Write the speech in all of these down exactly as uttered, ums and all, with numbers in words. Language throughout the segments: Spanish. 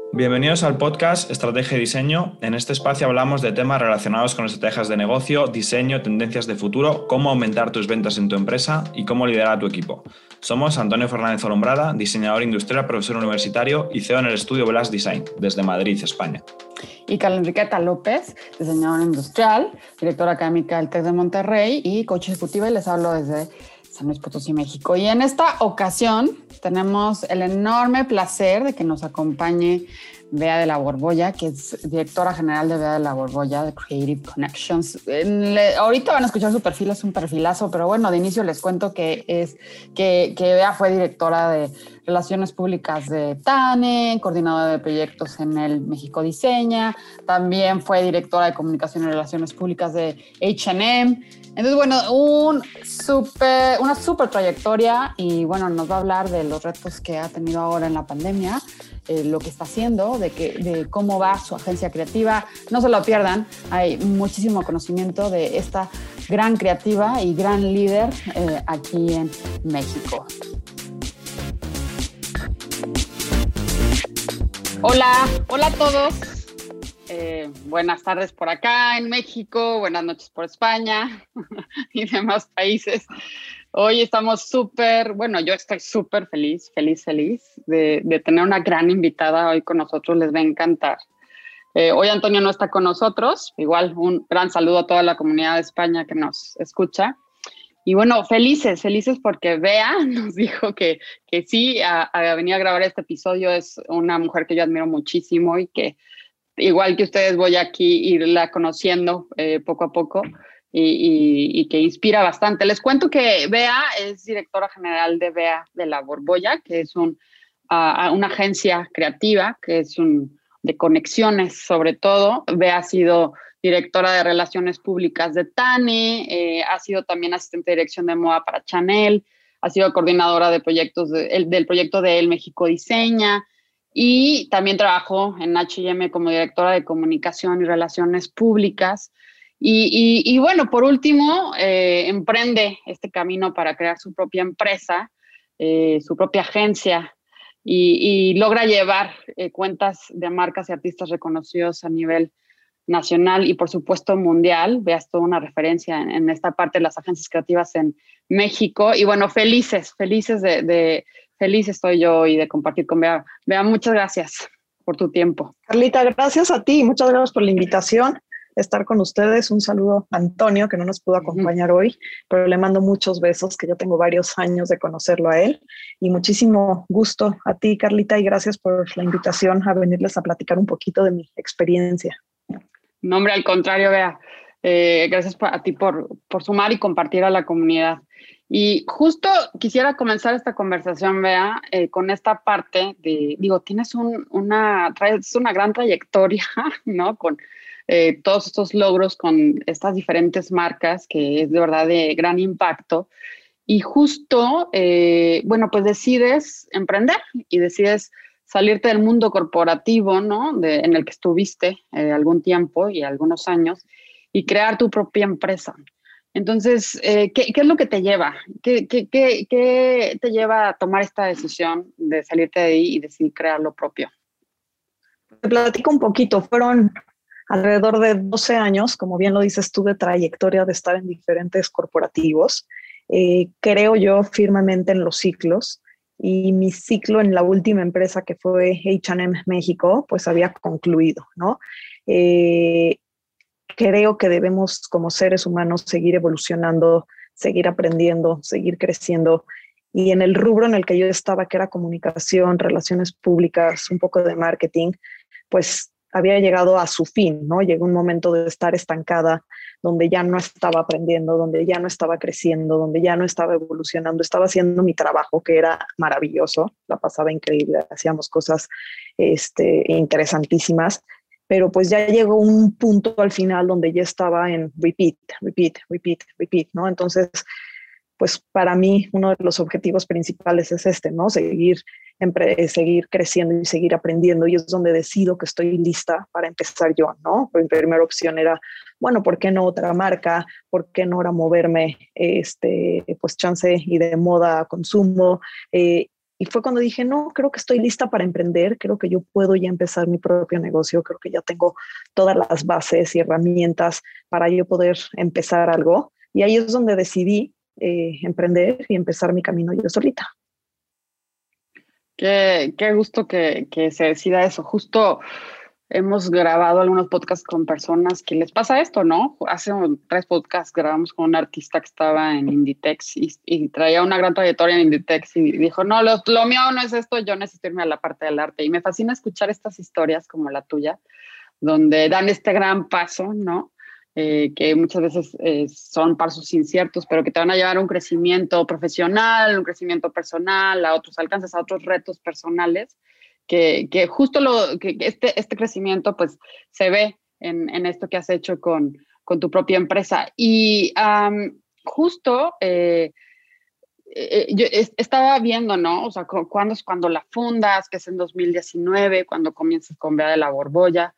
Bienvenidos al podcast Estrategia y Diseño. En este espacio hablamos de temas relacionados con estrategias de negocio, diseño, tendencias de futuro, cómo aumentar tus ventas en tu empresa y cómo liderar a tu equipo. Somos Antonio Fernández Olombrada, diseñador industrial, profesor universitario y C E O en el estudio Blast Design, desde Madrid, España. Y Carla Enriqueta López, diseñadora industrial, directora académica del TEC de Monterrey y coach ejecutiva, y les hablo desde San Luis Potosí, México. Y en esta ocasión tenemos el enorme placer de que nos acompañe Bea de la Borbolla, que es directora general de Bea de la Borbolla de Creative Connections. Le, ahorita van a escuchar su perfil, es un perfilazo, pero bueno, de inicio les cuento que, es, que, que Bea fue directora de Relaciones Públicas de TANE, coordinadora de proyectos en el México Diseña, también fue directora de Comunicación y Relaciones Públicas de H and M. Entonces, bueno, un super, una súper trayectoria y bueno, nos va a hablar de los retos que ha tenido ahora en la pandemia, eh, lo que está haciendo, de, que, de cómo va su agencia creativa. No se lo pierdan, hay muchísimo conocimiento de esta gran creativa y gran líder eh, aquí en México. Hola, hola a todos. Eh, buenas tardes por acá en México, buenas noches por España y demás países. Hoy estamos súper, bueno, yo estoy súper feliz, feliz, feliz de, de tener una gran invitada hoy con nosotros, les va a encantar. Eh, hoy Antonio no está con nosotros, igual un gran saludo a toda la comunidad de España que nos escucha. Y bueno, felices, felices porque Bea nos dijo que, que sí, a, a venir a grabar este episodio. Es una mujer que yo admiro muchísimo y que igual que ustedes voy aquí irla conociendo eh, poco a poco y, y, y que inspira bastante. Les cuento que Bea es directora general de Bea de la Borbolla, que es un, uh, una agencia creativa, que es un, de conexiones sobre todo. Bea ha sido directora de Relaciones Públicas de TANE, eh, ha sido también asistente de dirección de moda para Chanel, ha sido coordinadora de proyectos de, el, del proyecto de El México Diseña, y también trabajó en H y M como directora de comunicación y relaciones públicas. Y, y, y bueno, por último, eh, emprende este camino para crear su propia empresa, eh, su propia agencia, y, y logra llevar eh, cuentas de marcas y artistas reconocidos a nivel nacional y por supuesto mundial. Veas toda una referencia en, en esta parte de las agencias creativas en México. Y bueno, felices, felices de... de Feliz estoy yo y de compartir con Bea. Bea, muchas gracias por tu tiempo. Carlita, gracias a ti. Muchas gracias por la invitación. Estar con ustedes. Un saludo a Antonio, que no nos pudo acompañar uh-huh. hoy, pero le mando muchos besos, que ya tengo varios años de conocerlo a él. Y muchísimo gusto a ti, Carlita, y gracias por la invitación a venirles a platicar un poquito de mi experiencia. No, hombre, al contrario, Bea. Eh, gracias a ti por, por sumar y compartir a la comunidad. Y justo quisiera comenzar esta conversación, Bea, eh, con esta parte de, digo, tienes un, una, traes una gran trayectoria, ¿no? Con eh, todos estos logros, con estas diferentes marcas, que es de verdad de gran impacto. Y justo, eh, bueno, pues decides emprender y decides salirte del mundo corporativo, ¿no? De, en el que estuviste eh, algún tiempo y algunos años, y crear tu propia empresa. Entonces, eh, ¿qué, ¿qué es lo que te lleva? ¿Qué, qué, qué, ¿Qué te lleva a tomar esta decisión de salirte de ahí y decidir crear lo propio? Te platico un poquito. Fueron alrededor de doce años, como bien lo dices tú, de trayectoria de estar en diferentes corporativos. Eh, creo yo firmemente en los ciclos, y mi ciclo en la última empresa, que fue H and M México, pues había concluido, ¿no? Eh, Creo que debemos, como seres humanos, seguir evolucionando, seguir aprendiendo, seguir creciendo. Y en el rubro en el que yo estaba, que era comunicación, relaciones públicas, un poco de marketing, pues había llegado a su fin, ¿no? Llegó un momento de estar estancada, donde ya no estaba aprendiendo, donde ya no estaba creciendo, donde ya no estaba evolucionando. Estaba haciendo mi trabajo, que era maravilloso, la pasaba increíble, hacíamos cosas este, interesantísimas. Pero pues ya llegó un punto al final donde ya estaba en repeat, repeat, repeat, repeat, ¿no? Entonces, pues para mí uno de los objetivos principales es este, ¿no? Seguir, seguir creciendo y seguir aprendiendo, y es donde decido que estoy lista para empezar yo, ¿no? Mi primera opción era, bueno, ¿por qué no otra marca? ¿Por qué no ahora moverme, este, pues chance y de moda a consumo? Eh, y fue cuando dije, no, creo que estoy lista para emprender, creo que yo puedo ya empezar mi propio negocio, creo que ya tengo todas las bases y herramientas para yo poder empezar algo. Y ahí es donde decidí eh, emprender y empezar mi camino yo solita. Qué, qué gusto que, que se decida eso. Justo hemos grabado algunos podcasts con personas que les pasa esto, ¿no? Hace tres podcasts grabamos con un artista que estaba en Inditex y, y traía una gran trayectoria en Inditex y dijo, no, lo, lo mío no es esto, yo necesito irme a la parte del arte. Y me fascina escuchar estas historias como la tuya, donde dan este gran paso, ¿no? Eh, que muchas veces eh, son pasos inciertos, pero que te van a llevar a un crecimiento profesional, un crecimiento personal, a otros alcances, a otros retos personales, que, que justo lo, que este, este crecimiento pues se ve en, en esto que has hecho con, con tu propia empresa. Y um, justo eh, eh, yo estaba viendo, ¿no? O sea, ¿cuándo es cuando la fundas? Que es en dos mil diecinueve, cuando comienzas con Bea de la Borbolla.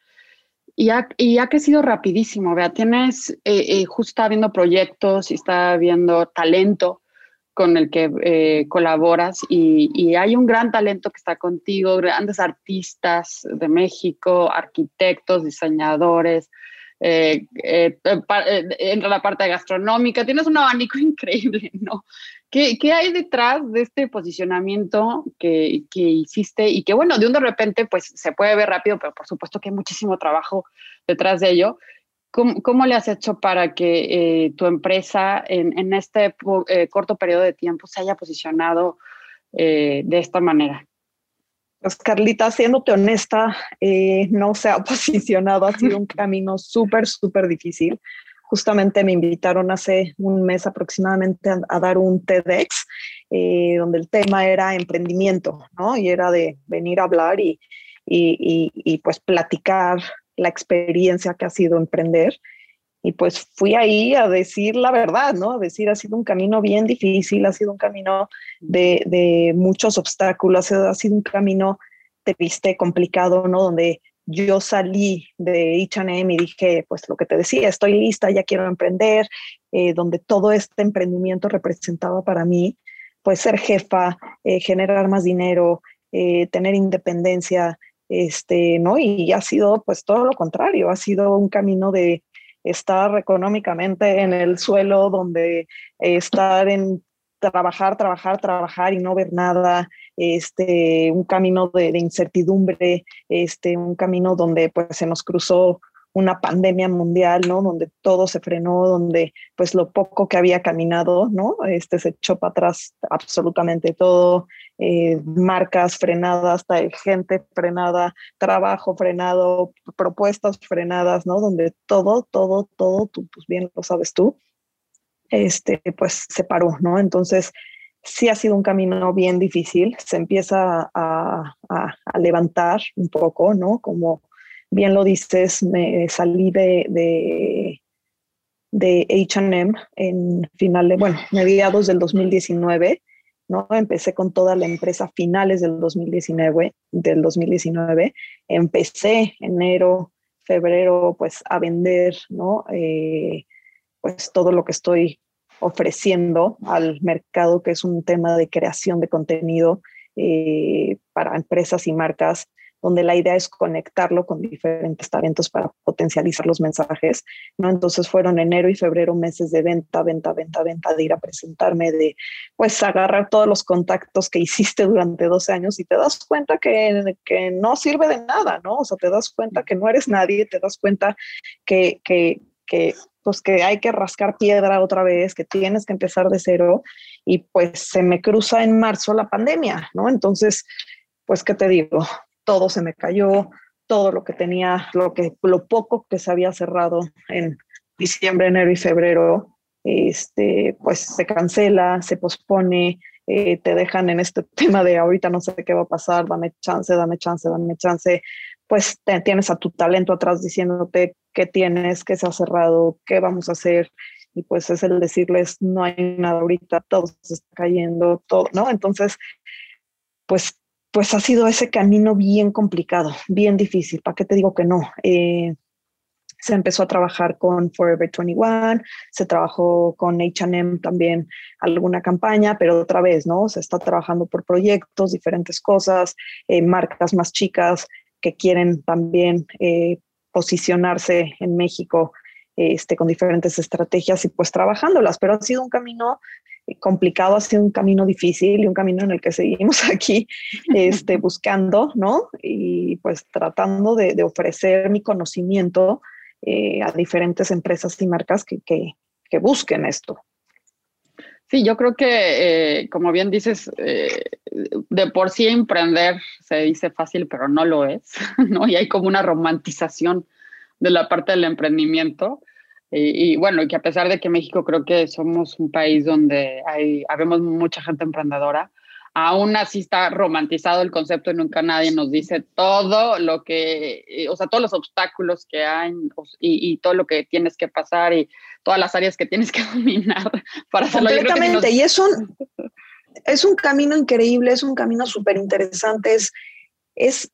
Y ha, y ha crecido rapidísimo, vea, tienes, eh, eh, justo está viendo proyectos y está viendo talento con el que eh, colaboras y, y hay un gran talento que está contigo, grandes artistas de México, arquitectos, diseñadores, eh, eh, pa, eh, entra la parte gastronómica, tienes un abanico increíble, ¿no? ¿Qué, qué hay detrás de este posicionamiento que, que hiciste y que, bueno, de un de repente, pues se puede ver rápido, pero por supuesto que hay muchísimo trabajo detrás de ello? ¿Cómo, cómo le has hecho para que eh, tu empresa en, en este eh, corto periodo de tiempo se haya posicionado eh, de esta manera? Pues Carlita, siéndote honesta, eh, no se ha posicionado, ha sido un camino súper, súper difícil. Justamente me invitaron hace un mes aproximadamente a, a dar un TEDx, eh, donde el tema era emprendimiento, ¿no? Y era de venir a hablar y, y, y, y pues platicar la experiencia que ha sido emprender. Y pues fui ahí a decir la verdad, ¿no? A decir, ha sido un camino bien difícil, ha sido un camino de, de muchos obstáculos, ha sido un camino triste, complicado, ¿no? Donde yo salí de H and M y dije, pues lo que te decía, estoy lista, ya quiero emprender, eh, donde todo este emprendimiento representaba para mí, pues ser jefa, eh, generar más dinero, eh, tener independencia, este, ¿no? Y ha sido pues todo lo contrario, ha sido un camino de estar económicamente en el suelo, donde eh, estar en trabajar, trabajar, trabajar y no ver nada, este, un camino de, de incertidumbre, este, un camino donde pues se nos cruzó una pandemia mundial, ¿no? Donde todo se frenó, donde pues lo poco que había caminado, ¿no? Este, se echó para atrás absolutamente todo, eh, marcas frenadas, gente frenada, trabajo frenado, propuestas frenadas, ¿no? Donde todo, todo, todo, tú pues bien lo sabes tú, este, pues se paró, ¿no? Entonces sí ha sido un camino bien difícil, se empieza a, a, a levantar un poco, ¿no? Como bien lo dices, me salí de, de, de H and M en final de, bueno, mediados del dos mil diecinueve, ¿no? Empecé con toda la empresa a finales del dos mil diecinueve, del dos mil diecinueve. Empecé enero, febrero, pues a vender, ¿no? Eh, pues todo lo que estoy ofreciendo al mercado, que es un tema de creación de contenido eh, para empresas y marcas, donde la idea es conectarlo con diferentes talentos para potencializar los mensajes, ¿no? Entonces fueron enero y febrero meses de venta, venta, venta, venta, de ir a presentarme, de pues agarrar todos los contactos que hiciste durante doce años y te das cuenta que, que no sirve de nada, ¿no? O sea, te das cuenta que no eres nadie, te das cuenta que, que, que pues que hay que rascar piedra otra vez, que tienes que empezar de cero, y pues se me cruza en marzo la pandemia, ¿no? Entonces, pues, ¿qué te digo? Todo se me cayó, todo lo que tenía, lo, que, lo poco que se había cerrado en diciembre, enero y febrero, este, pues se cancela, se pospone, eh, te dejan en este tema de ahorita no sé qué va a pasar, dame chance, dame chance, dame chance. Pues te, tienes a tu talento atrás diciéndote qué tienes, qué se ha cerrado, qué vamos a hacer, y pues es el decirles, no hay nada ahorita, todo se está cayendo, todo, ¿no? Entonces, pues, pues ha sido ese camino bien complicado, bien difícil, ¿para qué te digo que no? Eh, se empezó a trabajar con Forever veintiuno, se trabajó con H and M también alguna campaña, pero otra vez, ¿no? Se está trabajando por proyectos, diferentes cosas, eh, marcas más chicas que quieren también eh, posicionarse en México este, con diferentes estrategias y pues trabajándolas, pero ha sido un camino complicado, ha sido un camino difícil y un camino en el que seguimos aquí este, buscando, ¿no? Y pues tratando de, de ofrecer mi conocimiento eh, a diferentes empresas y marcas que, que, que busquen esto. Sí, yo creo que, eh, como bien dices, eh, de por sí emprender se dice fácil, pero no lo es, ¿no? Y hay como una romantización de la parte del emprendimiento. Y, y bueno, y que a pesar de que México creo que somos un país donde hay, habemos mucha gente emprendedora, aún así está romantizado el concepto y nunca nadie nos dice todo lo que, o sea, todos los obstáculos que hay y, y todo lo que tienes que pasar y todas las áreas que tienes que dominar para hacerlo. Completamente, Yo creo que si nos... y es un, es un camino increíble, es un camino súper interesante, es, es,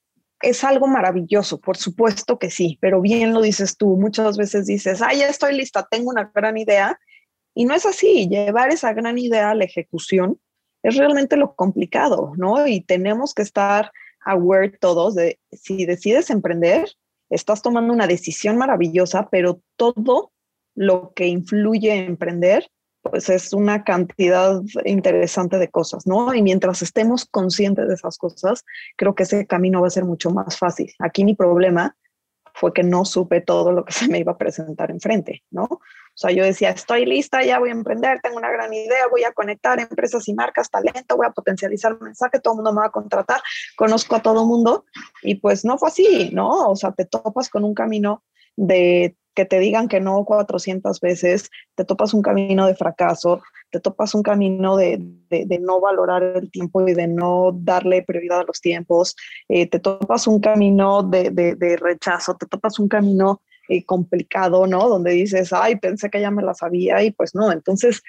es algo maravilloso, por supuesto que sí, pero bien lo dices tú, muchas veces dices, ah, ya estoy lista, tengo una gran idea, y no es así, llevar esa gran idea a la ejecución es realmente lo complicado, ¿no? Y tenemos que estar aware todos de si decides emprender, estás tomando una decisión maravillosa, pero todo lo que influye en emprender, pues es una cantidad interesante de cosas, ¿no? Y mientras estemos conscientes de esas cosas, creo que ese camino va a ser mucho más fácil. Aquí mi problema fue que no supe todo lo que se me iba a presentar enfrente, ¿no? O sea, yo decía, estoy lista, ya voy a emprender, tengo una gran idea, voy a conectar empresas y marcas, talento, voy a potencializar el mensaje, todo el mundo me va a contratar, conozco a todo el mundo, y pues no fue así, ¿no? O sea, te topas con un camino de que te digan que no cuatrocientas veces, te topas un camino de fracaso, te topas un camino de, de, de no valorar el tiempo y de no darle prioridad a los tiempos, eh, te topas un camino de, de, de rechazo, te topas un camino eh, complicado, ¿no? Donde dices, ay, pensé que ya me la sabía y pues no. Entonces,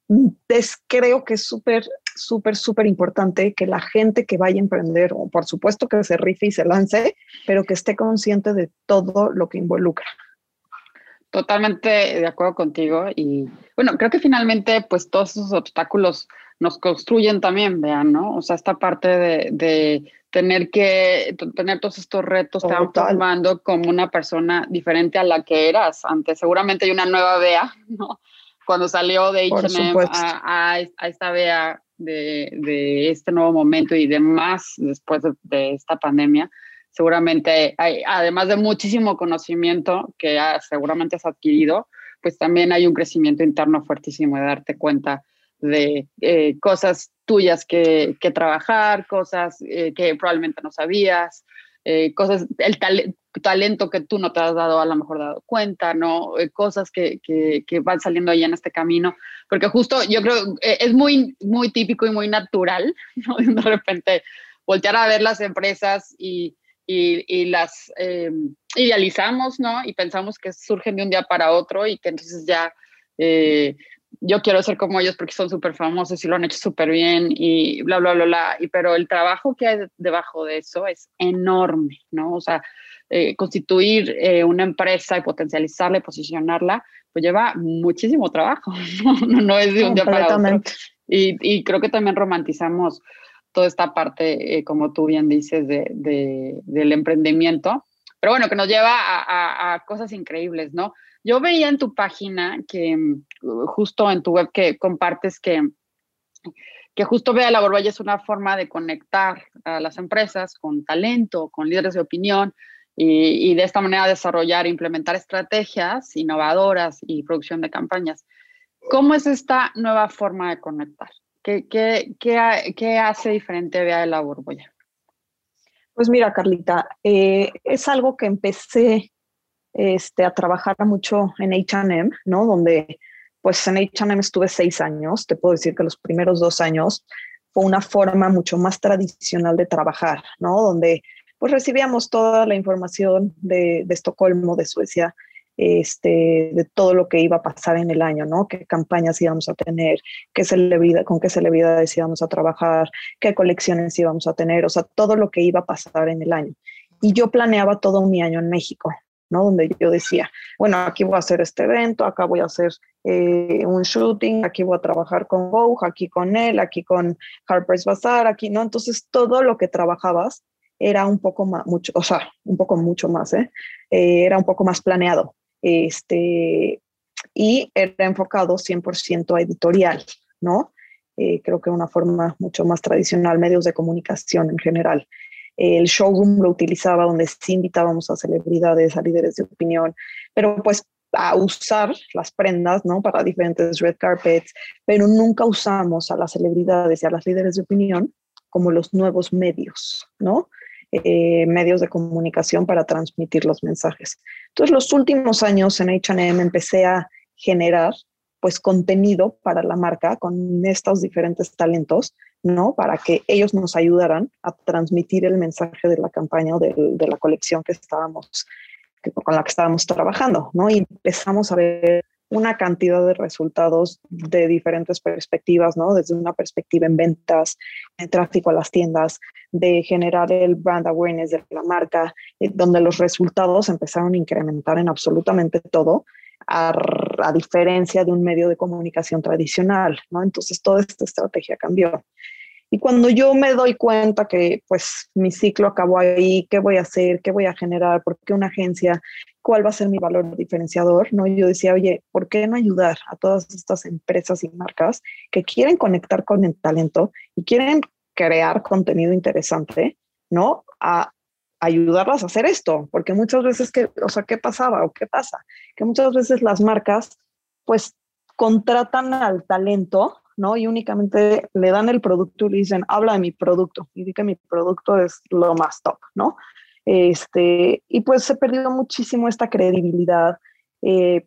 es, creo que es súper, súper, súper importante que la gente que vaya a emprender, o por supuesto que se rife y se lance, pero que esté consciente de todo lo que involucra. Totalmente de acuerdo contigo y bueno, creo que finalmente pues todos esos obstáculos nos construyen también, vean, ¿no? O sea, esta parte de, de tener que tener todos estos retos te van formando como una persona diferente a la que eras antes. Seguramente hay una nueva Bea, ¿no? Cuando salió de H and M a, a, a esta Bea de, de este nuevo momento y demás después de, de esta pandemia. Seguramente, hay, además de muchísimo conocimiento que ha, seguramente has adquirido, pues también hay un crecimiento interno fuertísimo de darte cuenta de eh, cosas tuyas que, que trabajar, cosas eh, que probablemente no sabías, eh, cosas, el tal, talento que tú no te has dado a lo mejor dado cuenta, ¿no? Eh, cosas que, que, que van saliendo ahí en este camino, porque justo yo creo eh, es muy, muy típico y muy natural, ¿no? De repente voltear a ver las empresas y Y, y las eh, idealizamos, ¿no? Y pensamos que surgen de un día para otro y que entonces ya eh, yo quiero ser como ellos porque son súper famosos y lo han hecho súper bien y bla, bla, bla, bla. Y, pero el trabajo que hay debajo de eso es enorme, ¿no? O sea, eh, constituir eh, una empresa y potencializarla y posicionarla, pues lleva muchísimo trabajo, ¿no? No es de un día para otro. Y, y creo que también romantizamos toda esta parte, eh, como tú bien dices, de, de, del emprendimiento, pero bueno, que nos lleva a, a, a cosas increíbles, ¿no? Yo veía en tu página, que justo en tu web que compartes que, que justo Bea Labor Valle es una forma de conectar a las empresas con talento, con líderes de opinión, y, y de esta manera desarrollar e implementar estrategias innovadoras y producción de campañas. ¿Cómo es esta nueva forma de conectar? ¿Qué, qué, qué, qué hace diferente Bea Labor Valle? Pues mira, Carlita, eh, es algo que empecé este, a trabajar mucho en H and M, ¿no? Donde, pues en H and M estuve seis años. Te puedo decir que los primeros dos años fue una forma mucho más tradicional de trabajar, ¿no? Donde, pues recibíamos toda la información de, de Estocolmo, de Suecia, este, de todo lo que iba a pasar en el año, ¿no? Qué campañas íbamos a tener, qué celebridad, con qué celebridades íbamos a trabajar, qué colecciones íbamos a tener, o sea, todo lo que iba a pasar en el año. Y yo planeaba todo mi año en México, ¿no? Donde yo decía, bueno, aquí voy a hacer este evento, acá voy a hacer eh, un shooting, aquí voy a trabajar con Vogue, aquí con él, aquí con Harper's Bazaar, aquí, ¿no? Entonces todo lo que trabajabas era un poco más, mucho, o sea, un poco mucho más, ¿eh? Eh, era un poco más planeado. Este, y era enfocado cien por ciento a editorial, ¿no? Eh, creo que una forma mucho más tradicional, medios de comunicación en general. El showroom lo utilizaba donde sí invitábamos a celebridades, a líderes de opinión, pero pues a usar las prendas, ¿no? Para diferentes red carpets, pero nunca usamos a las celebridades y a las líderes de opinión como los nuevos medios, ¿no? Eh, medios de comunicación para transmitir los mensajes. Entonces, los últimos años en H and M empecé a generar pues contenido para la marca con estos diferentes talentos, ¿no? Para que ellos nos ayudaran a transmitir el mensaje de la campaña o de, de la colección que estábamos, que, con la que estábamos trabajando, ¿no? Y empezamos a ver una cantidad de resultados de diferentes perspectivas, ¿no? Desde una perspectiva en ventas, en tráfico a las tiendas, de generar el brand awareness de la marca, eh, donde los resultados empezaron a incrementar en absolutamente todo, a, a diferencia de un medio de comunicación tradicional, ¿no? Entonces toda esta estrategia cambió. Y cuando yo me doy cuenta que pues mi ciclo acabó ahí, ¿qué voy a hacer? ¿Qué voy a generar? ¿Por qué una agencia? ¿Cuál va a ser mi valor diferenciador? ¿No? Yo decía, oye, ¿por qué no ayudar a todas estas empresas y marcas que quieren conectar con el talento y quieren crear contenido interesante, ¿no? A ayudarlas a hacer esto, porque muchas veces, que, o sea, ¿qué pasaba o qué pasa? Que muchas veces las marcas, pues, contratan al talento, ¿no? Y únicamente le dan el producto y le dicen, habla de mi producto, y di que mi producto es lo más top, ¿no? Este, y pues se perdió muchísimo esta credibilidad, eh,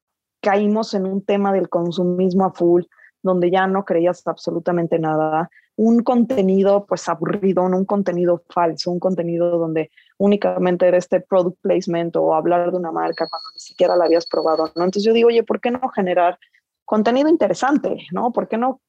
caímos en un tema del consumismo a full, donde ya no creías absolutamente nada, un contenido pues aburrido, un contenido falso, un contenido donde únicamente era este product placement o hablar de una marca cuando ni siquiera la habías probado, ¿no? Entonces yo digo, oye, ¿por qué no generar contenido interesante, ¿no? ¿Por qué no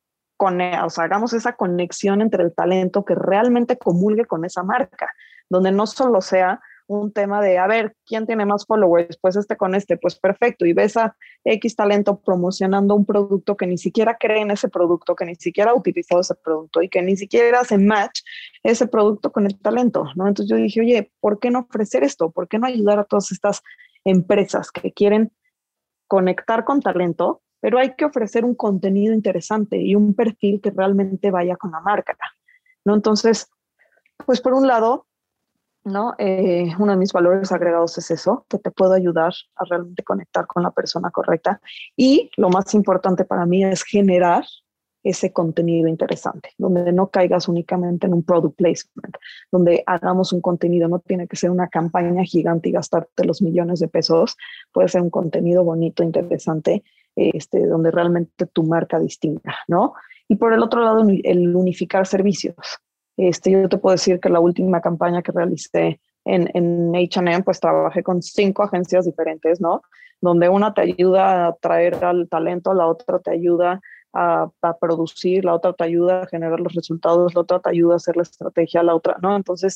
cone- o sea, hagamos esa conexión entre el talento que realmente comulgue con esa marca, donde no solo sea un tema de, a ver, ¿quién tiene más followers? Pues este con este, pues perfecto, y ves a X talento promocionando un producto que ni siquiera cree en ese producto, que ni siquiera ha utilizado ese producto y que ni siquiera hace match ese producto con el talento, ¿no? Entonces yo dije, oye, ¿por qué no ofrecer esto? ¿Por qué no ayudar a todas estas empresas que quieren conectar con talento, pero hay que ofrecer un contenido interesante y un perfil que realmente vaya con la marca, ¿no? Entonces, pues por un lado, ¿no? Eh, uno de mis valores agregados es eso, que te puedo ayudar a realmente conectar con la persona correcta. Y lo más importante para mí es generar ese contenido interesante, donde no caigas únicamente en un product placement, donde hagamos un contenido, no tiene que ser una campaña gigante y gastarte los millones de pesos, puede ser un contenido bonito, interesante, este, donde realmente tu marca distinga, ¿no? Y por el otro lado, el unificar servicios. Este, yo te puedo decir que la última campaña que realicé en, en H and M, pues trabajé con cinco agencias diferentes, ¿no? Donde una te ayuda a traer al talento, la otra te ayuda a, a producir, la otra te ayuda a generar los resultados, la otra te ayuda a hacer la estrategia, la otra, ¿no? Entonces,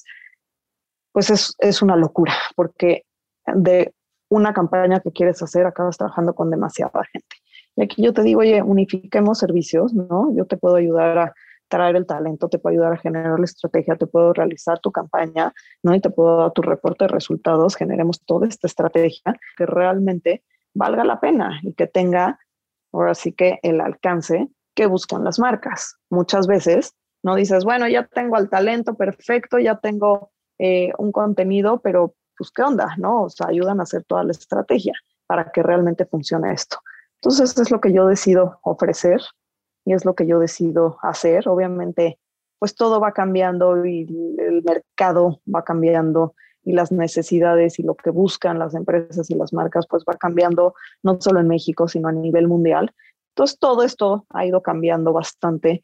pues es, es una locura, porque de una campaña que quieres hacer, acabas trabajando con demasiada gente. Y aquí yo te digo, oye, unifiquemos servicios, ¿no? Yo te puedo ayudar a traer el talento, te puedo ayudar a generar la estrategia, te puedo realizar tu campaña, ¿no? Y te puedo dar tu reporte de resultados, generemos toda esta estrategia que realmente valga la pena y que tenga, ahora sí que el alcance que buscan las marcas. Muchas veces no dices, bueno, ya tengo al talento perfecto, ya tengo eh, un contenido, pero pues, ¿qué onda? ¿No? O sea, ayudan a hacer toda la estrategia para que realmente funcione esto. Entonces, eso es lo que yo decido ofrecer y es lo que yo decido hacer. Obviamente, pues todo va cambiando y el mercado va cambiando y las necesidades y lo que buscan las empresas y las marcas, pues va cambiando no solo en México, sino a nivel mundial. Entonces, todo esto ha ido cambiando bastante.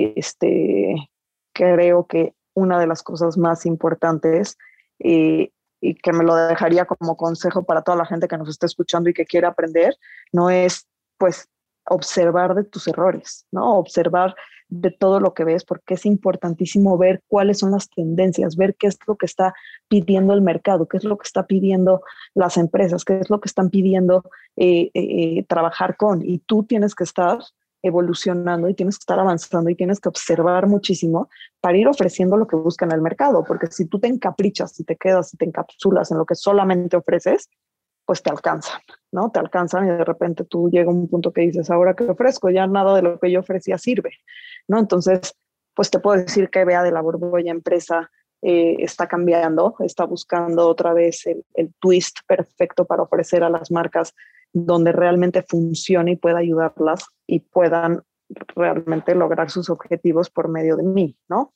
Este, creo que una de las cosas más importantes eh, y que me lo dejaría como consejo para toda la gente que nos está escuchando y que quiere aprender, no es, pues, observar de tus errores, ¿no? Observar de todo lo que ves, porque es importantísimo ver cuáles son las tendencias, ver qué es lo que está pidiendo el mercado, qué es lo que está pidiendo las empresas, qué es lo que están pidiendo eh, eh, trabajar con. Y tú tienes que estar evolucionando y tienes que estar avanzando y tienes que observar muchísimo para ir ofreciendo lo que busca en el mercado, porque si tú te encaprichas, si te quedas, si te encapsulas en lo que solamente ofreces, pues te alcanzan, ¿no? Te alcanzan y de repente tú llega un punto que dices, ahora que ofrezco, ya nada de lo que yo ofrecía sirve, ¿no? Entonces, pues te puedo decir que Bea de la Borbolla Empresa eh, está cambiando, está buscando otra vez el, el twist perfecto para ofrecer a las marcas donde realmente funcione y pueda ayudarlas y puedan realmente lograr sus objetivos por medio de mí, ¿no?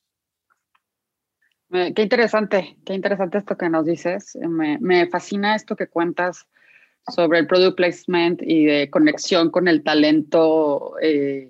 Eh, Qué interesante, qué interesante esto que nos dices. Me, me fascina esto que cuentas sobre el product placement y de conexión con el talento eh,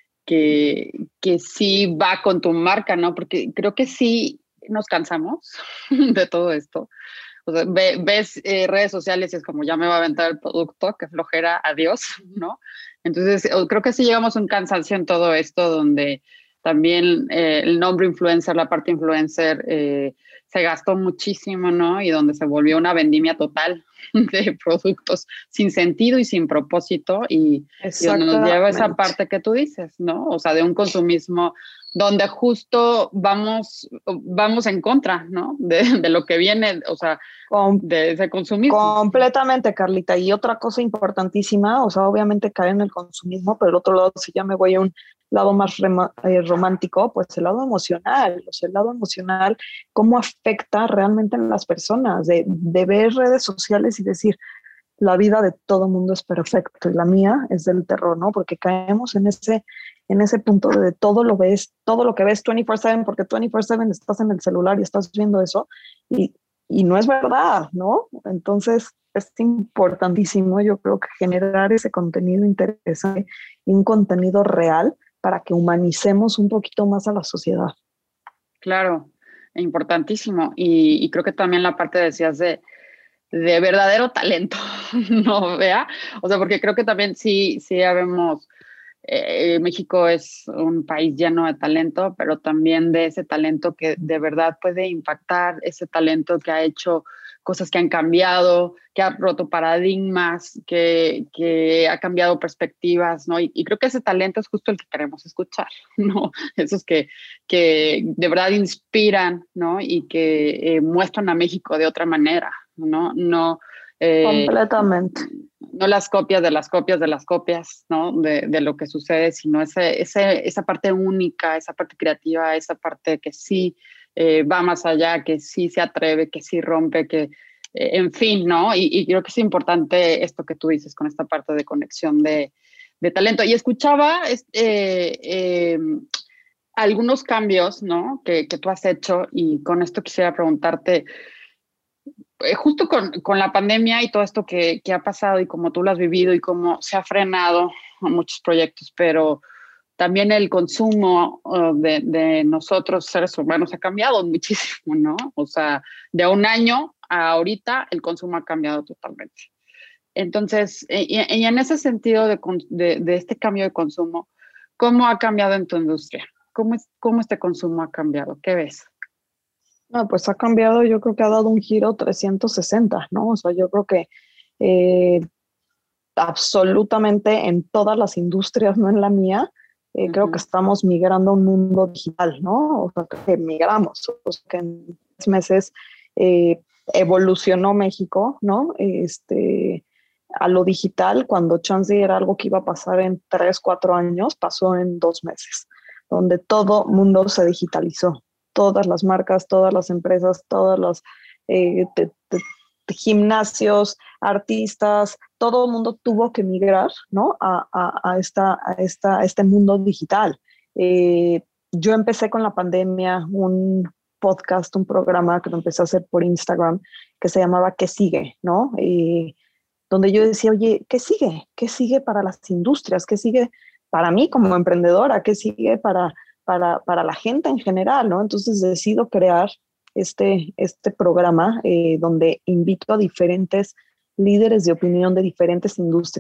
que, que sí va con tu marca, ¿no? Porque creo que sí nos cansamos de todo esto. O sea, ve, ves eh, redes sociales y es como, ya me va a aventar el producto, qué flojera, adiós, ¿no? Entonces, creo que sí llegamos a un cansancio en todo esto donde también eh, el nombre influencer, la parte influencer, eh, se gastó muchísimo, ¿no? Y donde se volvió una vendimia total de productos sin sentido y sin propósito y, y donde nos lleva esa parte que tú dices, ¿no? O sea, de un consumismo donde justo vamos, vamos en contra, ¿no? De, de lo que viene, o sea, Com de ese consumismo. Completamente, Carlita. Y otra cosa importantísima, o sea, obviamente caer en el consumismo, pero el otro lado, si ya me voy a un lado más eh, romántico, pues el lado emocional, o sea, el lado emocional, cómo afecta realmente en las personas, de, de ver redes sociales y decir, la vida de todo mundo es perfecto y la mía es del terror, ¿no? Porque caemos en ese, en ese punto de todo lo ves, todo lo que ves veinticuatro siete, porque veinticuatro siete estás en el celular y estás viendo eso y, y no es verdad, ¿no? Entonces es importantísimo, yo creo que generar ese contenido interesante y un contenido real para que humanicemos un poquito más a la sociedad. Claro, importantísimo. Y, y creo que también la parte decías de de verdadero talento, ¿no? ¿Vea? O sea, porque creo que también sí, sí habemos, eh, México es un país lleno de talento, pero también de ese talento que de verdad puede impactar, ese talento que ha hecho cosas que han cambiado, que ha roto paradigmas, que, que ha cambiado perspectivas, ¿no? Y, y creo que ese talento es justo el que queremos escuchar, ¿no? Esos que, que de verdad inspiran, ¿no? Y que eh, muestran a México de otra manera, ¿no? No eh, completamente. No las copias de las copias de las copias, ¿no? De, de lo que sucede, sino ese, ese, esa parte única, esa parte creativa, esa parte que sí eh, va más allá, que sí se atreve, que sí rompe, que, eh, en fin, ¿no? Y, y creo que es importante esto que tú dices con esta parte de conexión de, de talento. Y escuchaba eh, eh, algunos cambios, ¿no? Que, que tú has hecho y con esto quisiera preguntarte, justo con, con la pandemia y todo esto que, que ha pasado y cómo tú lo has vivido y cómo se ha frenado muchos proyectos, pero también el consumo uh, de, de nosotros seres humanos ha cambiado muchísimo, ¿no? O sea, de un año a ahorita el consumo ha cambiado totalmente. Entonces, y, y en ese sentido de, de, de este cambio de consumo, ¿cómo ha cambiado en tu industria? ¿Cómo, es, cómo este consumo ha cambiado? ¿Qué ves? No, pues ha cambiado, yo creo que ha dado un giro trescientos sesenta, ¿no? O sea, yo creo que eh, absolutamente en todas las industrias, no en la mía, eh, uh-huh. creo que estamos migrando a un mundo digital, ¿no? O sea, que migramos, o sea, que en tres meses eh, evolucionó México, ¿no? Este, a lo digital, cuando chance era algo que iba a pasar en tres, cuatro años, pasó en dos meses, donde todo mundo se digitalizó. Todas las marcas, todas las empresas, todos los eh, te, te, te, gimnasios, artistas, todo el mundo tuvo que migrar, ¿no? a, a, a, esta, a, esta, a este mundo digital. Eh, yo empecé con la pandemia un podcast, un programa que lo empecé a hacer por Instagram que se llamaba ¿Qué sigue? ¿no? Y donde yo decía, oye, ¿qué sigue? ¿Qué sigue para las industrias? ¿Qué sigue para mí como emprendedora? ¿Qué sigue para... Para, para la gente en general, ¿no? Entonces decido crear este, este programa eh, donde invito a diferentes líderes de opinión de diferentes industrias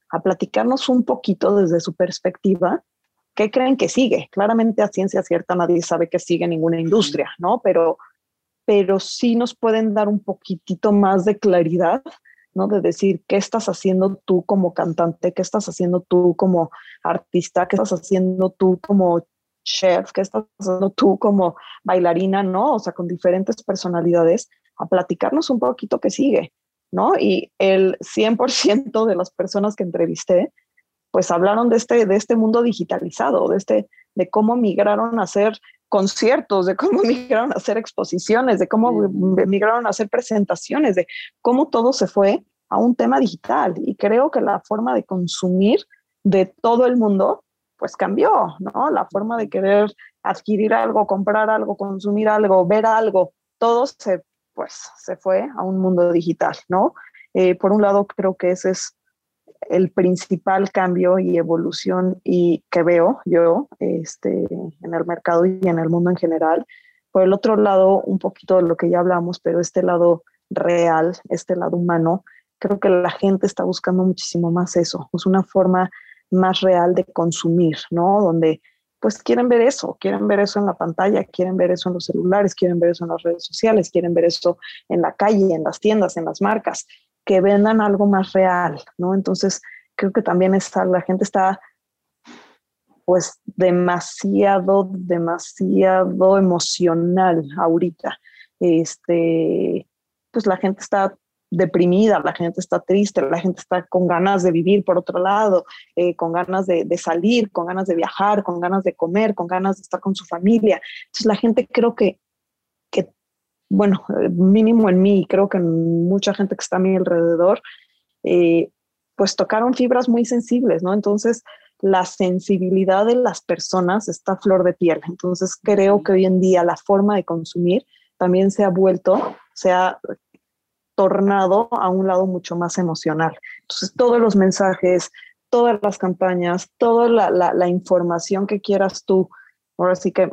a platicarnos un poquito desde su perspectiva. ¿Qué creen que sigue? Claramente a ciencia cierta nadie sabe que sigue ninguna industria, ¿no? Pero, pero sí nos pueden dar un poquitito más de claridad, ¿no? De decir, ¿qué estás haciendo tú como cantante? ¿Qué estás haciendo tú como artista? ¿Qué estás haciendo tú como chef? ¿Qué estás haciendo tú como bailarina? ¿No? O sea, con diferentes personalidades, a platicarnos un poquito qué sigue, ¿no? Y el cien por ciento de las personas que entrevisté, pues hablaron de este, de este mundo digitalizado, de, este, de cómo migraron a hacer conciertos, de cómo migraron a hacer exposiciones, de cómo uh-huh. migraron a hacer presentaciones, de cómo todo se fue a un tema digital. Y creo que la forma de consumir de todo el mundo, pues cambió, ¿no? La forma de querer adquirir algo, comprar algo, consumir algo, ver algo, todo se, pues, se fue a un mundo digital, ¿no? Eh, por un lado, creo que ese es el principal cambio y evolución y que veo yo este, en el mercado y en el mundo en general. Por el otro lado, un poquito de lo que ya hablamos, pero este lado real, este lado humano, creo que la gente está buscando muchísimo más eso, es una forma más real de consumir, ¿no? Donde pues quieren ver eso, quieren ver eso en la pantalla, quieren ver eso en los celulares, quieren ver eso en las redes sociales, quieren ver eso en la calle, en las tiendas, en las marcas, que vendan algo más real, ¿no? Entonces, creo que también está, la gente está pues demasiado, demasiado emocional ahorita. Este, pues la gente está deprimida, la gente está triste, la gente está con ganas de vivir por otro lado, eh, con ganas de, de salir, con ganas de viajar, con ganas de comer, con ganas de estar con su familia. Entonces, la gente creo que, que bueno, mínimo en mí, creo que en mucha gente que está a mi alrededor, eh, pues tocaron fibras muy sensibles, ¿no? Entonces, la sensibilidad de las personas está a flor de piel. Entonces, creo que hoy en día la forma de consumir también se ha vuelto, se ha tornado a un lado mucho más emocional. Entonces, todos los mensajes, todas las campañas, toda la, la, la información que quieras tú, ahora sí que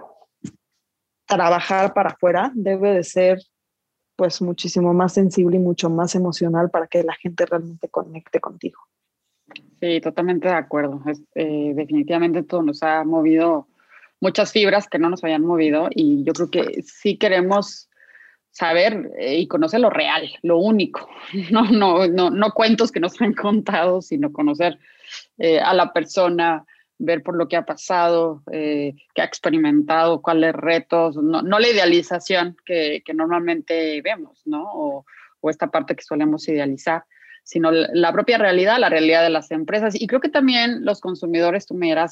trabajar para afuera debe de ser pues muchísimo más sensible y mucho más emocional para que la gente realmente conecte contigo. Sí, totalmente de acuerdo. Es, eh, definitivamente todo nos ha movido muchas fibras que no nos habían movido y yo creo que sí queremos saber eh, y conocer lo real, lo único, no, no, no, no cuentos que nos han contado, sino conocer eh, a la persona, ver por lo que ha pasado, eh, qué ha experimentado, cuáles retos, no, no la idealización que, que normalmente vemos, ¿no? O, o esta parte que solemos idealizar, sino la propia realidad, la realidad de las empresas. Y creo que también los consumidores, tú me dirás,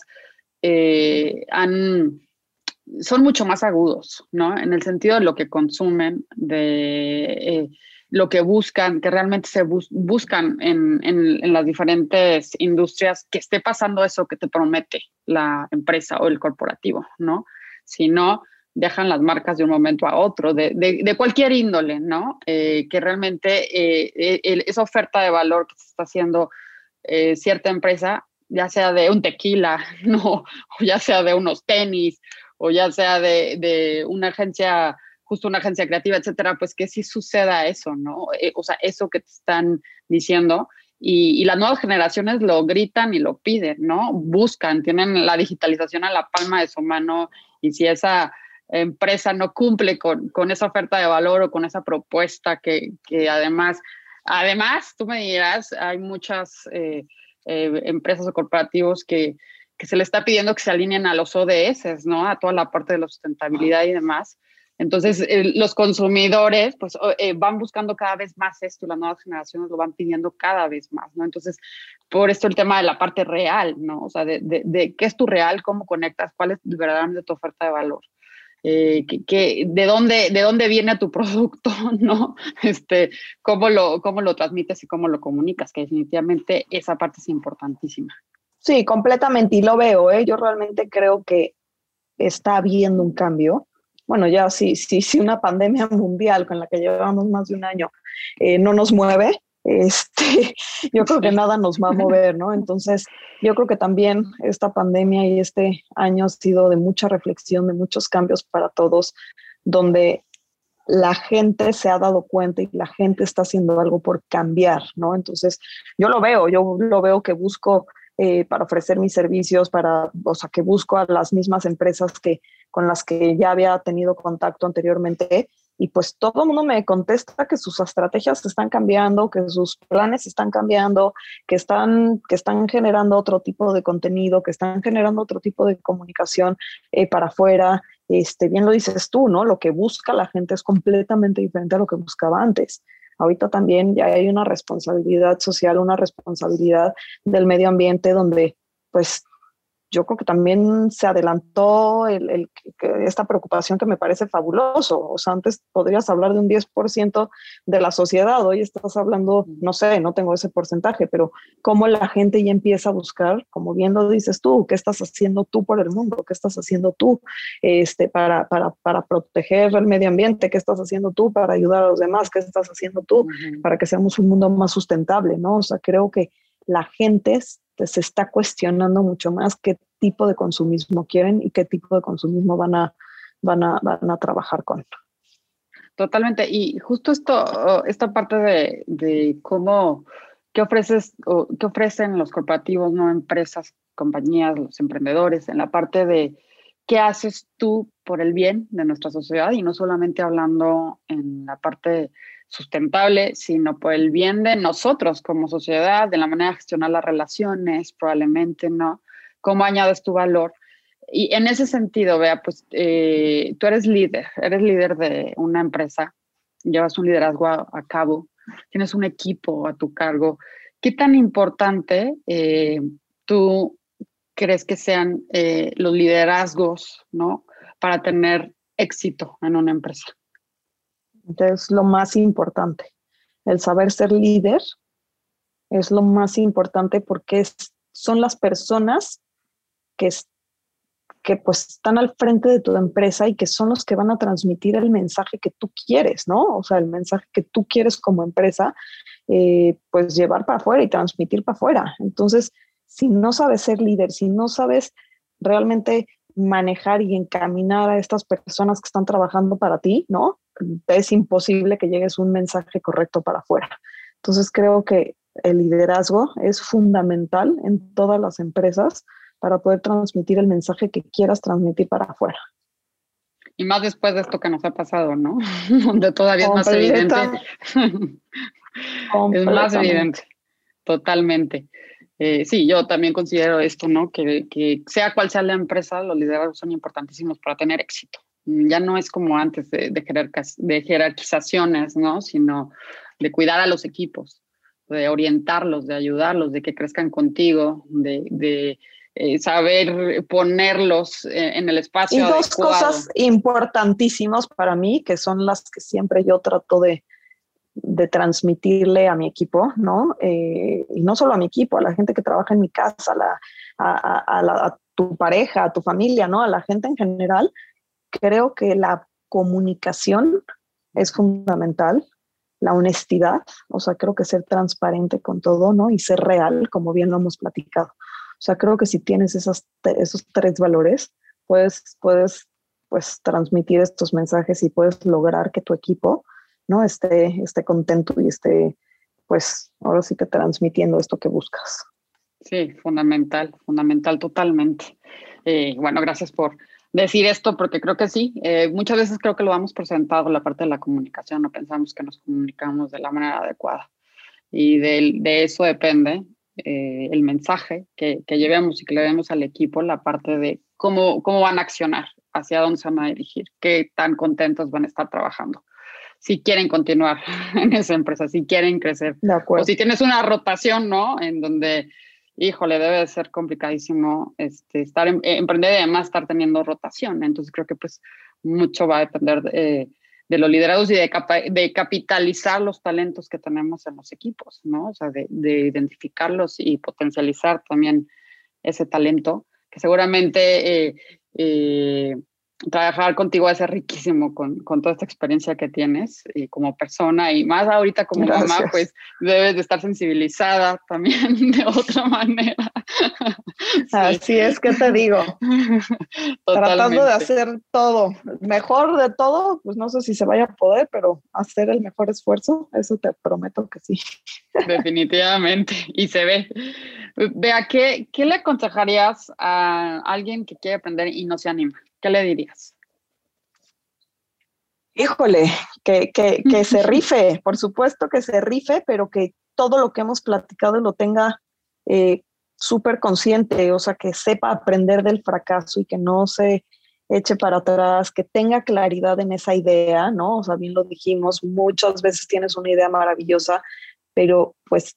eh, han, son mucho más agudos, ¿no? En el sentido de lo que consumen, de eh, lo que buscan, que realmente se bus buscan en, en, en las diferentes industrias, que esté pasando eso que te promete la empresa o el corporativo, ¿no? Si no, dejan las marcas de un momento a otro, de, de, de cualquier índole, ¿no? Eh, que realmente eh, el, esa oferta de valor que se está haciendo eh, cierta empresa, ya sea de un tequila, ¿no? O ya sea de unos tenis, o ya sea de, de una agencia, justo una agencia creativa, etcétera, pues que sí suceda eso, ¿no? Eh, o sea, eso que te están diciendo. Y, y las nuevas generaciones lo gritan y lo piden, ¿no? Buscan, tienen la digitalización a la palma de su mano y si esa empresa no cumple con, con esa oferta de valor o con esa propuesta que, que además, además, tú me dirás, hay muchas eh, eh, empresas o corporativos que, que se le está pidiendo que se alineen a los O D S, ¿no? A toda la parte de la sustentabilidad y demás. Entonces, eh, los consumidores pues eh, van buscando cada vez más esto, las nuevas generaciones lo van pidiendo cada vez más, ¿no? Entonces, por esto el tema de la parte real, ¿no? O sea, de, de, de qué es tu real, cómo conectas, cuál es verdaderamente tu oferta de valor. Eh, que, que, de, dónde, de dónde viene tu producto, ¿no? Este, cómo, lo, cómo lo transmites y cómo lo comunicas, que definitivamente esa parte es importantísima. Sí, completamente, y lo veo, ¿eh? Yo realmente creo que está habiendo un cambio. Bueno, ya sí, sí, sí, una pandemia mundial con la que llevamos más de un año eh, no nos mueve, este, yo creo que nada nos va a mover, ¿no? Entonces, yo creo que también esta pandemia y este año ha sido de mucha reflexión, de muchos cambios para todos, donde la gente se ha dado cuenta y la gente está haciendo algo por cambiar, ¿no? Entonces, yo lo veo, yo lo veo que busco eh, para ofrecer mis servicios, para, o sea, que busco a las mismas empresas que, con las que ya había tenido contacto anteriormente, y pues todo el mundo me contesta que sus estrategias están cambiando, que sus planes están cambiando, que están, que están generando otro tipo de contenido, que están generando otro tipo de comunicación eh, para afuera. Este, bien lo dices tú, ¿no? Lo que busca la gente es completamente diferente a lo que buscaba antes. Ahorita también ya hay una responsabilidad social, una responsabilidad del medio ambiente donde, pues, yo creo que también se adelantó el, el, esta preocupación que me parece fabuloso. O sea, antes podrías hablar de un diez por ciento de la sociedad, hoy estás hablando, no sé, no tengo ese porcentaje, pero cómo la gente ya empieza a buscar, como bien lo dices tú, ¿qué estás haciendo tú por el mundo? ¿Qué estás haciendo tú este, para, para, para proteger el medio ambiente? ¿Qué estás haciendo tú para ayudar a los demás? ¿Qué estás haciendo tú uh-huh. para que seamos un mundo más sustentable, ¿no? O sea, creo que la gente se está cuestionando mucho más qué tipo de consumismo quieren y qué tipo de consumismo van a, van a, van a trabajar con. Totalmente. Y justo esto, esta parte de, de cómo, qué ofreces, o qué ofrecen los corporativos, no empresas, compañías, los emprendedores, en la parte de qué haces tú por el bien de nuestra sociedad, y no solamente hablando en la parte sustentable, sino por el bien de nosotros como sociedad, de la manera de gestionar las relaciones, probablemente, ¿no? ¿Cómo añades tu valor? Y en ese sentido, Bea, pues eh, tú eres líder, eres líder de una empresa, llevas un liderazgo a, a cabo, tienes un equipo a tu cargo. ¿Qué tan importante eh, tú crees que sean eh, los liderazgos, ¿no? Para tener éxito en una empresa? Es lo más importante. El saber ser líder es lo más importante porque es, son las personas que, que pues están al frente de tu empresa y que son los que van a transmitir el mensaje que tú quieres, ¿no? O sea, el mensaje que tú quieres como empresa, eh, pues llevar para afuera y transmitir para afuera. Entonces, si no sabes ser líder, si no sabes realmente manejar y encaminar a estas personas que están trabajando para ti, ¿no? Es imposible que llegues un mensaje correcto para afuera. Entonces creo que el liderazgo es fundamental en todas las empresas para poder transmitir el mensaje que quieras transmitir para afuera. Y más después de esto que nos ha pasado, ¿no? Donde todavía es más evidente. Es más evidente, totalmente. Eh, sí, yo también considero esto, ¿no? Que, que sea cual sea la empresa, los liderazgos son importantísimos para tener éxito. Ya no es como antes de, de, jerarquis, de jerarquizaciones, ¿no? Sino de cuidar a los equipos, de orientarlos, de ayudarlos, de que crezcan contigo, de, de eh, saber ponerlos eh, en el espacio y dos adecuado. Cosas importantísimas para mí, que son las que siempre yo trato de, de transmitirle a mi equipo, ¿no? Eh, y no solo a mi equipo, a la gente que trabaja en mi casa, a, la, a, a, la, a tu pareja, a tu familia, ¿no? A la gente en general. Creo que la comunicación es fundamental, la honestidad, o sea, creo que ser transparente con todo, ¿no? Y ser real, como bien lo hemos platicado. O sea, creo que si tienes esas, esos tres valores, puedes, puedes pues, transmitir estos mensajes y puedes lograr que tu equipo, ¿no? esté, esté contento y esté, pues, ahora sí que transmitiendo esto que buscas. Sí, fundamental, fundamental totalmente. Eh, bueno, gracias por decir esto, porque creo que sí, eh, muchas veces creo que lo damos por sentado la parte de la comunicación, no pensamos que nos comunicamos de la manera adecuada, y de, de eso depende eh, el mensaje que, que llevemos y que le demos al equipo, la parte de cómo, cómo van a accionar, hacia dónde se van a dirigir, qué tan contentos van a estar trabajando, si quieren continuar en esa empresa, si quieren crecer, o si tienes una rotación, ¿no? En donde híjole, debe de ser complicadísimo este, estar en, eh, emprender y además estar teniendo rotación. Entonces creo que pues mucho va a depender de, eh, de los liderados y de, capa de capitalizar los talentos que tenemos en los equipos, ¿no? O sea, de, de identificarlos y potencializar también ese talento, que seguramente eh, eh, trabajar contigo va a ser riquísimo con, con toda esta experiencia que tienes y como persona, y más ahorita como Gracias. Mamá, pues debes de estar sensibilizada también de otra manera Así es, que te digo, tratando de hacer todo, mejor de todo, pues no sé si se vaya a poder, pero hacer el mejor esfuerzo, eso te prometo que sí. Definitivamente, y se ve. Vea, ¿qué, qué le aconsejarías a alguien que quiere aprender y no se anima? ¿Qué le dirías? Híjole, que, que, que se rife, por supuesto que se rife, pero que todo lo que hemos platicado lo tenga eh, súper consciente, o sea, que sepa aprender del fracaso y que no se eche para atrás, que tenga claridad en esa idea, ¿no? O sea, bien lo dijimos, muchas veces tienes una idea maravillosa, pero pues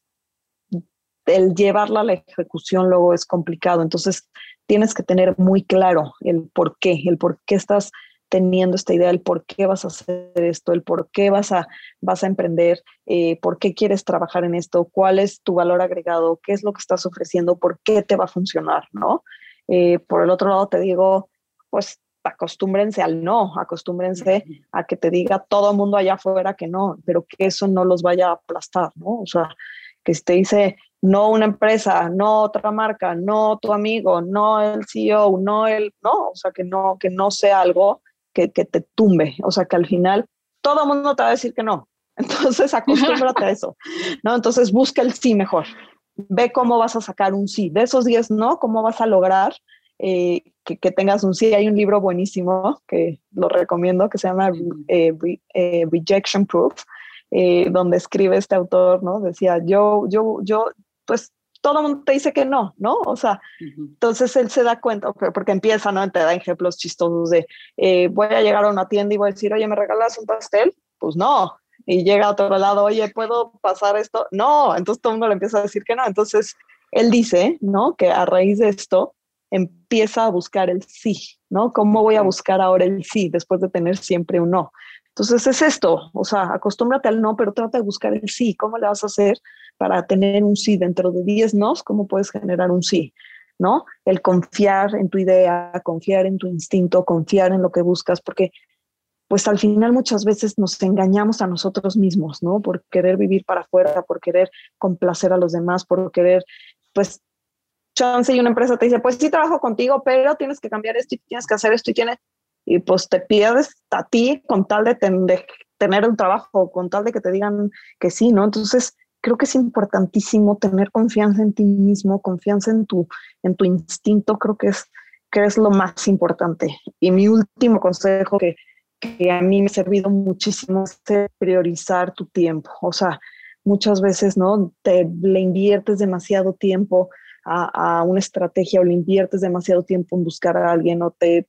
el llevarla a la ejecución luego es complicado. Entonces, tienes que tener muy claro el por qué, el por qué estás teniendo esta idea, el por qué vas a hacer esto, el por qué vas a, vas a emprender, eh, por qué quieres trabajar en esto, cuál es tu valor agregado, qué es lo que estás ofreciendo, por qué te va a funcionar, ¿no? Eh, por el otro lado te digo, pues acostúmbrense al no, acostúmbrense a que te diga todo el mundo allá afuera que no, pero que eso no los vaya a aplastar, ¿no? O sea, que si te dice no una empresa, no otra marca, no tu amigo, no el C E O, no el, no, o sea, que no, que no sea algo que, que te tumbe, o sea, que al final todo el mundo te va a decir que no. Entonces, acostúmbrate a eso, ¿no? Entonces, busca el sí mejor. Ve cómo vas a sacar un sí. De esos diez no, cómo vas a lograr eh, que, que tengas un sí. Hay un libro buenísimo que lo recomiendo que se llama eh, Re, eh, Rejection Proof, eh, donde escribe este autor, ¿no? Decía, yo, yo, yo, pues todo el mundo te dice que no, ¿no? O sea, uh-huh. Entonces él se da cuenta, porque empieza, ¿no? Te da ejemplos chistosos de, eh, voy a llegar a una tienda y voy a decir, oye, ¿me regalas un pastel? Pues no. Y llega a otro lado, oye, ¿puedo pasar esto? No. Entonces todo el mundo le empieza a decir que no. Entonces él dice, ¿no? Que a raíz de esto empieza a buscar el sí, ¿no? ¿Cómo voy a buscar ahora el sí después de tener siempre un no? Entonces es esto, o sea, acostúmbrate al no, pero trata de buscar el sí. ¿Cómo le vas a hacer para tener un sí dentro de diez nos? ¿Cómo puedes generar un sí? ¿No? El confiar en tu idea, confiar en tu instinto, confiar en lo que buscas, porque pues al final muchas veces nos engañamos a nosotros mismos, ¿no? Por querer vivir para afuera, por querer complacer a los demás, por querer, pues, chance y una empresa te dice, pues sí trabajo contigo, pero tienes que cambiar esto y tienes que hacer esto y tienes... Y pues te pierdes a ti con tal de, ten, de tener un trabajo, con tal de que te digan que sí, ¿no? Entonces, creo que es importantísimo tener confianza en ti mismo, confianza en tu, en tu instinto, creo que es, que es lo más importante. Y mi último consejo que, que a mí me ha servido muchísimo es priorizar tu tiempo. O sea, muchas veces, ¿no? Te le inviertes demasiado tiempo a, a una estrategia o le inviertes demasiado tiempo en buscar a alguien o te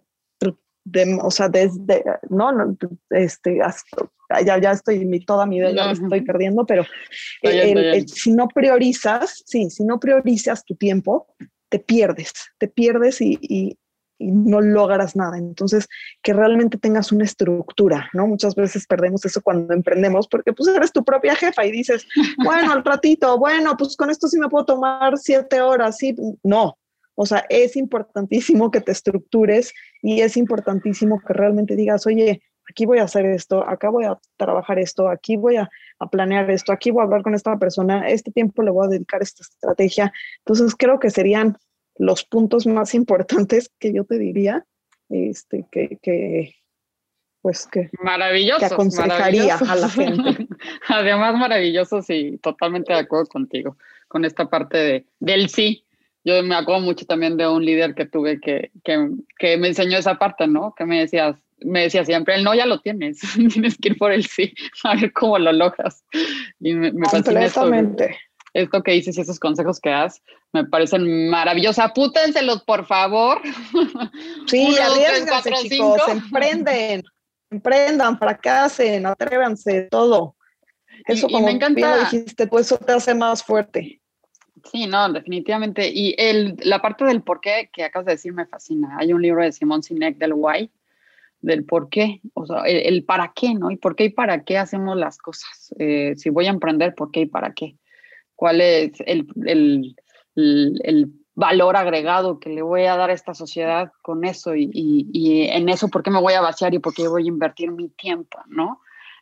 De, o sea, desde, no, no este, hasta, ya, ya estoy, mi, toda mi vida ya la estoy perdiendo, pero el, el, el, si no priorizas, sí, si no priorizas tu tiempo, te pierdes, te pierdes y, y, y no logras nada. Entonces, que realmente tengas una estructura, ¿no? Muchas veces perdemos eso cuando emprendemos, porque pues eres tu propia jefa y dices, bueno, al ratito, bueno, pues con esto sí me puedo tomar siete horas, sí, no. O sea, es importantísimo que te estructures y es importantísimo que realmente digas, oye, aquí voy a hacer esto, acá voy a trabajar esto, aquí voy a, a planear esto, aquí voy a hablar con esta persona, este tiempo le voy a dedicar a esta estrategia. Entonces, creo que serían los puntos más importantes que yo te diría, este, que, que pues que, maravillosos, que aconsejaría maravillosos. a la gente. Además, maravillosos y totalmente de acuerdo contigo con esta parte de, del sí. Yo me acuerdo mucho también de un líder que tuve que, que, que me enseñó esa parte, ¿no? Que me decías, me decía siempre, el no ya lo tienes, tienes que ir por el sí, a ver cómo lo logras. Y me, me fascina esto, esto que dices y esos consejos que das, me parecen maravillosos. Apúntenselos, por favor. Sí, Uno, arriésganse, tres, cuatro, chicos, cinco. emprenden, emprendan, fracasen, atrévanse, todo. Eso, y, como y me encanta, bien lo dijiste, pues eso te hace más fuerte. Sí, no, definitivamente. Y el, la parte del por qué que acabas de decir me fascina. Hay un libro de Simón Sinek del Why, del por qué, o sea, el, el para qué, ¿no? Y por qué y para qué hacemos las cosas. Eh, si voy a emprender, ¿por qué y para qué? ¿Cuál es el, el, el, el valor agregado que le voy a dar a esta sociedad con eso? Y, y, y en eso, ¿por qué me voy a vaciar y por qué voy a invertir mi tiempo, ¿no?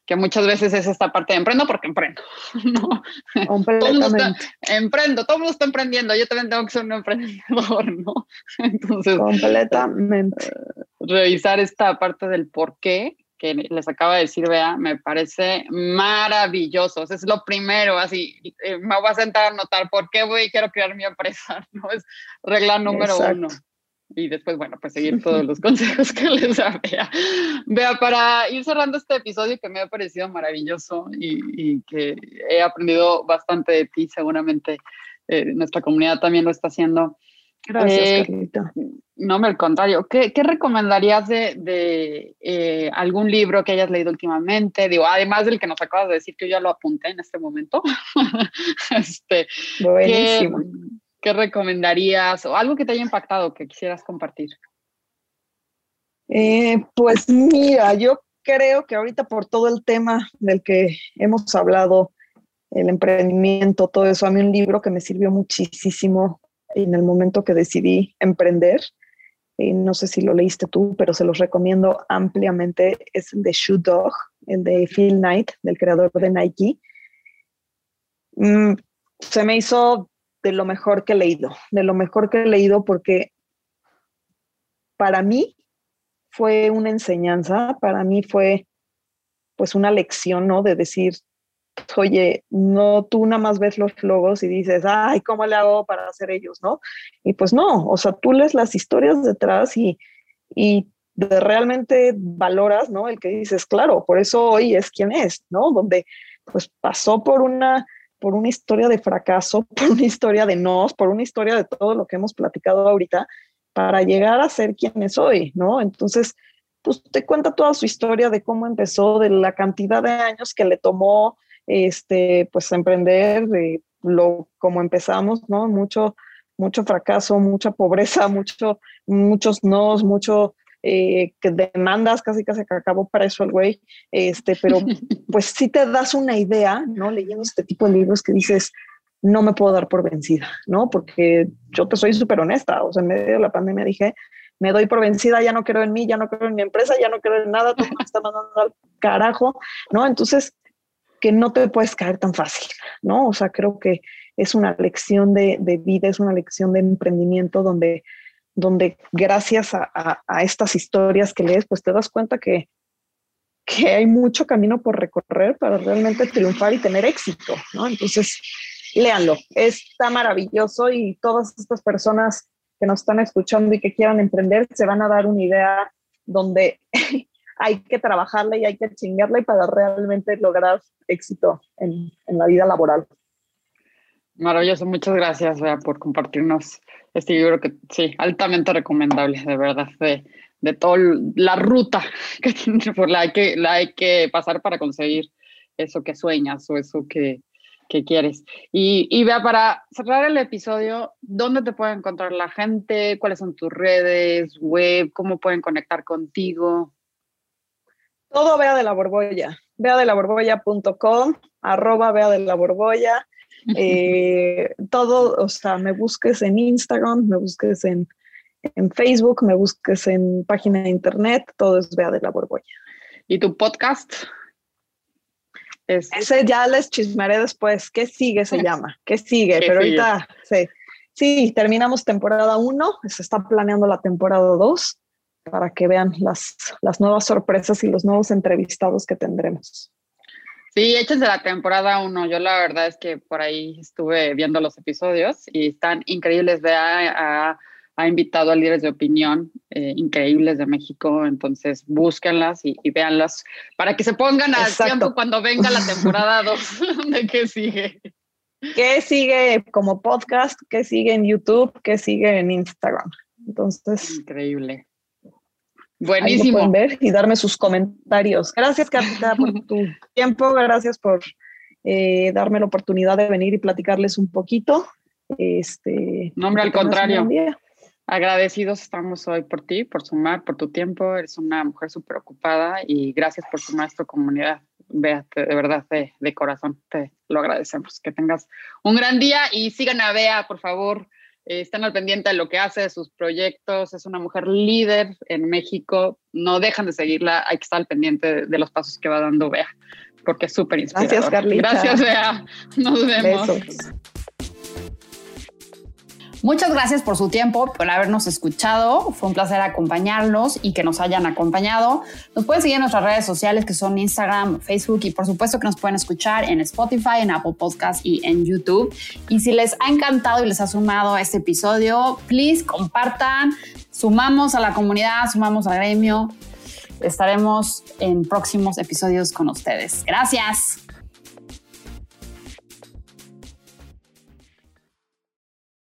que muchas veces es esta parte de emprendo porque emprendo, ¿no? Completamente. Todo está, emprendo, todo el mundo está emprendiendo, yo también tengo que ser un emprendedor, ¿no? Entonces, completamente. Eh, revisar esta parte del por qué que les acaba de decir Bea, me parece maravilloso. O sea, es lo primero, así, eh, me voy a sentar a anotar por qué voy y quiero crear mi empresa, ¿no? Es regla número Exacto. uno. Y después, bueno, pues seguir todos los consejos que les da Bea. Bea, para ir cerrando este episodio que me ha parecido maravilloso y, y que he aprendido bastante de ti, seguramente eh, nuestra comunidad también lo está haciendo. Gracias, eh, Carlita. No, al contrario. ¿Qué, qué recomendarías de, de eh, algún libro que hayas leído últimamente? Digo, además del que nos acabas de decir, que yo ya lo apunté en este momento. este, Buenísimo. ¿qué, ¿Qué recomendarías? O algo que te haya impactado que quisieras compartir. Eh, pues mira, yo creo que ahorita por todo el tema del que hemos hablado, el emprendimiento, todo eso, a mí un libro que me sirvió muchísimo en el momento que decidí emprender, eh, no sé si lo leíste tú, pero se los recomiendo ampliamente, es el de Shoe Dog, el de Phil Knight, del creador de Nike. Mm, se me hizo de lo mejor que he leído, de lo mejor que he leído porque para mí fue una enseñanza, para mí fue pues una lección, ¿no? De decir, oye, no, tú nada más ves los logos y dices, ay, ¿cómo le hago para hacer ellos, no? Y pues no, o sea, tú lees las historias detrás y, y de realmente valoras, ¿no? El que dices, claro, por eso hoy es quien es, ¿no? Donde pues pasó por una, por una historia de fracaso, por una historia de nos, por una historia de todo lo que hemos platicado ahorita, para llegar a ser quien es hoy, ¿no? Entonces, pues te cuenta toda su historia de cómo empezó, de la cantidad de años que le tomó, este, pues emprender, de lo, como empezamos, ¿no? Mucho, mucho fracaso, mucha pobreza, mucho, muchos nos, mucho eh, que demandas, casi casi que acabó preso el güey, este, pero pues sí te das una idea, ¿no? Leyendo este tipo de libros que dices, no me puedo dar por vencida, ¿no? Porque yo te soy súper honesta, o sea, en medio de la pandemia dije, me doy por vencida, ya no creo en mí, ya no creo en mi empresa, ya no creo en nada, todo me está mandando al carajo, ¿no? Entonces, que no te puedes caer tan fácil, ¿no? O sea, creo que es una lección de, de vida, es una lección de emprendimiento donde, donde gracias a, a, a estas historias que lees, pues te das cuenta que, que hay mucho camino por recorrer para realmente triunfar y tener éxito, ¿no? Entonces, léanlo, está maravilloso y todas estas personas que nos están escuchando y que quieran emprender se van a dar una idea donde hay que trabajarla y hay que chingarla y para realmente lograr éxito en, en la vida laboral. Maravilloso, muchas gracias, Bea, por compartirnos este libro que sí, altamente recomendable, de verdad, de, de toda la ruta que por la hay que, la hay que pasar para conseguir eso que sueñas o eso que, que quieres. Y, y Bea, para cerrar el episodio, ¿dónde te puede encontrar la gente? ¿Cuáles son tus redes, web? ¿Cómo pueden conectar contigo? Todo Bea de la Borbolla, bea de la borbolla punto com, arroba Bea de la Borbolla, eh, todo, o sea, me busques en Instagram, me busques en, en Facebook, me busques en página de internet, todo es Bea de la Borbolla. ¿Y tu podcast? Es... Ese ya les chismaré después, ¿qué sigue se llama? ¿Qué sigue? ¿Qué Pero sigue? ahorita, sí, sí, terminamos temporada uno, se está planeando la temporada dos, para que vean las, las nuevas sorpresas y los nuevos entrevistados que tendremos. Sí, échense la temporada uno. Yo la verdad es que por ahí estuve viendo los episodios y están increíbles. Bea ha, ha invitado a líderes de opinión eh, increíbles de México, entonces búsquenlas y, y véanlas para que se pongan al Exacto. tiempo cuando venga la temporada dos. ¿De qué sigue? ¿Qué sigue como podcast? ¿Qué sigue en YouTube? ¿Qué sigue en Instagram? Entonces... Increíble. Buenísimo. Ahí lo pueden ver y darme sus comentarios. Gracias, Carlita, por tu tiempo. Gracias por eh, darme la oportunidad de venir y platicarles un poquito. Este, no, hombre, al contrario. Agradecidos estamos hoy por ti, por sumar, por tu tiempo. Eres una mujer súper ocupada y gracias por sumar a esta comunidad. Bea, de verdad, de, de corazón, te lo agradecemos. Que tengas un gran día y sigan a Bea, por favor. Eh, estén al pendiente de lo que hace, de sus proyectos. Es una mujer líder en México. No dejan de seguirla. Hay que estar al pendiente de, de los pasos que va dando Bea, porque es súper inspirador. Gracias, Carlita. Gracias, Bea. Nos vemos. Besos. Muchas gracias por su tiempo, por habernos escuchado. Fue un placer acompañarlos y que nos hayan acompañado. Nos pueden seguir en nuestras redes sociales, que son Instagram, Facebook, y por supuesto que nos pueden escuchar en Spotify, en Apple Podcasts y en YouTube. Y si les ha encantado y les ha sumado este episodio, please compartan. Sumamos a la comunidad, sumamos al gremio. Estaremos en próximos episodios con ustedes. Gracias.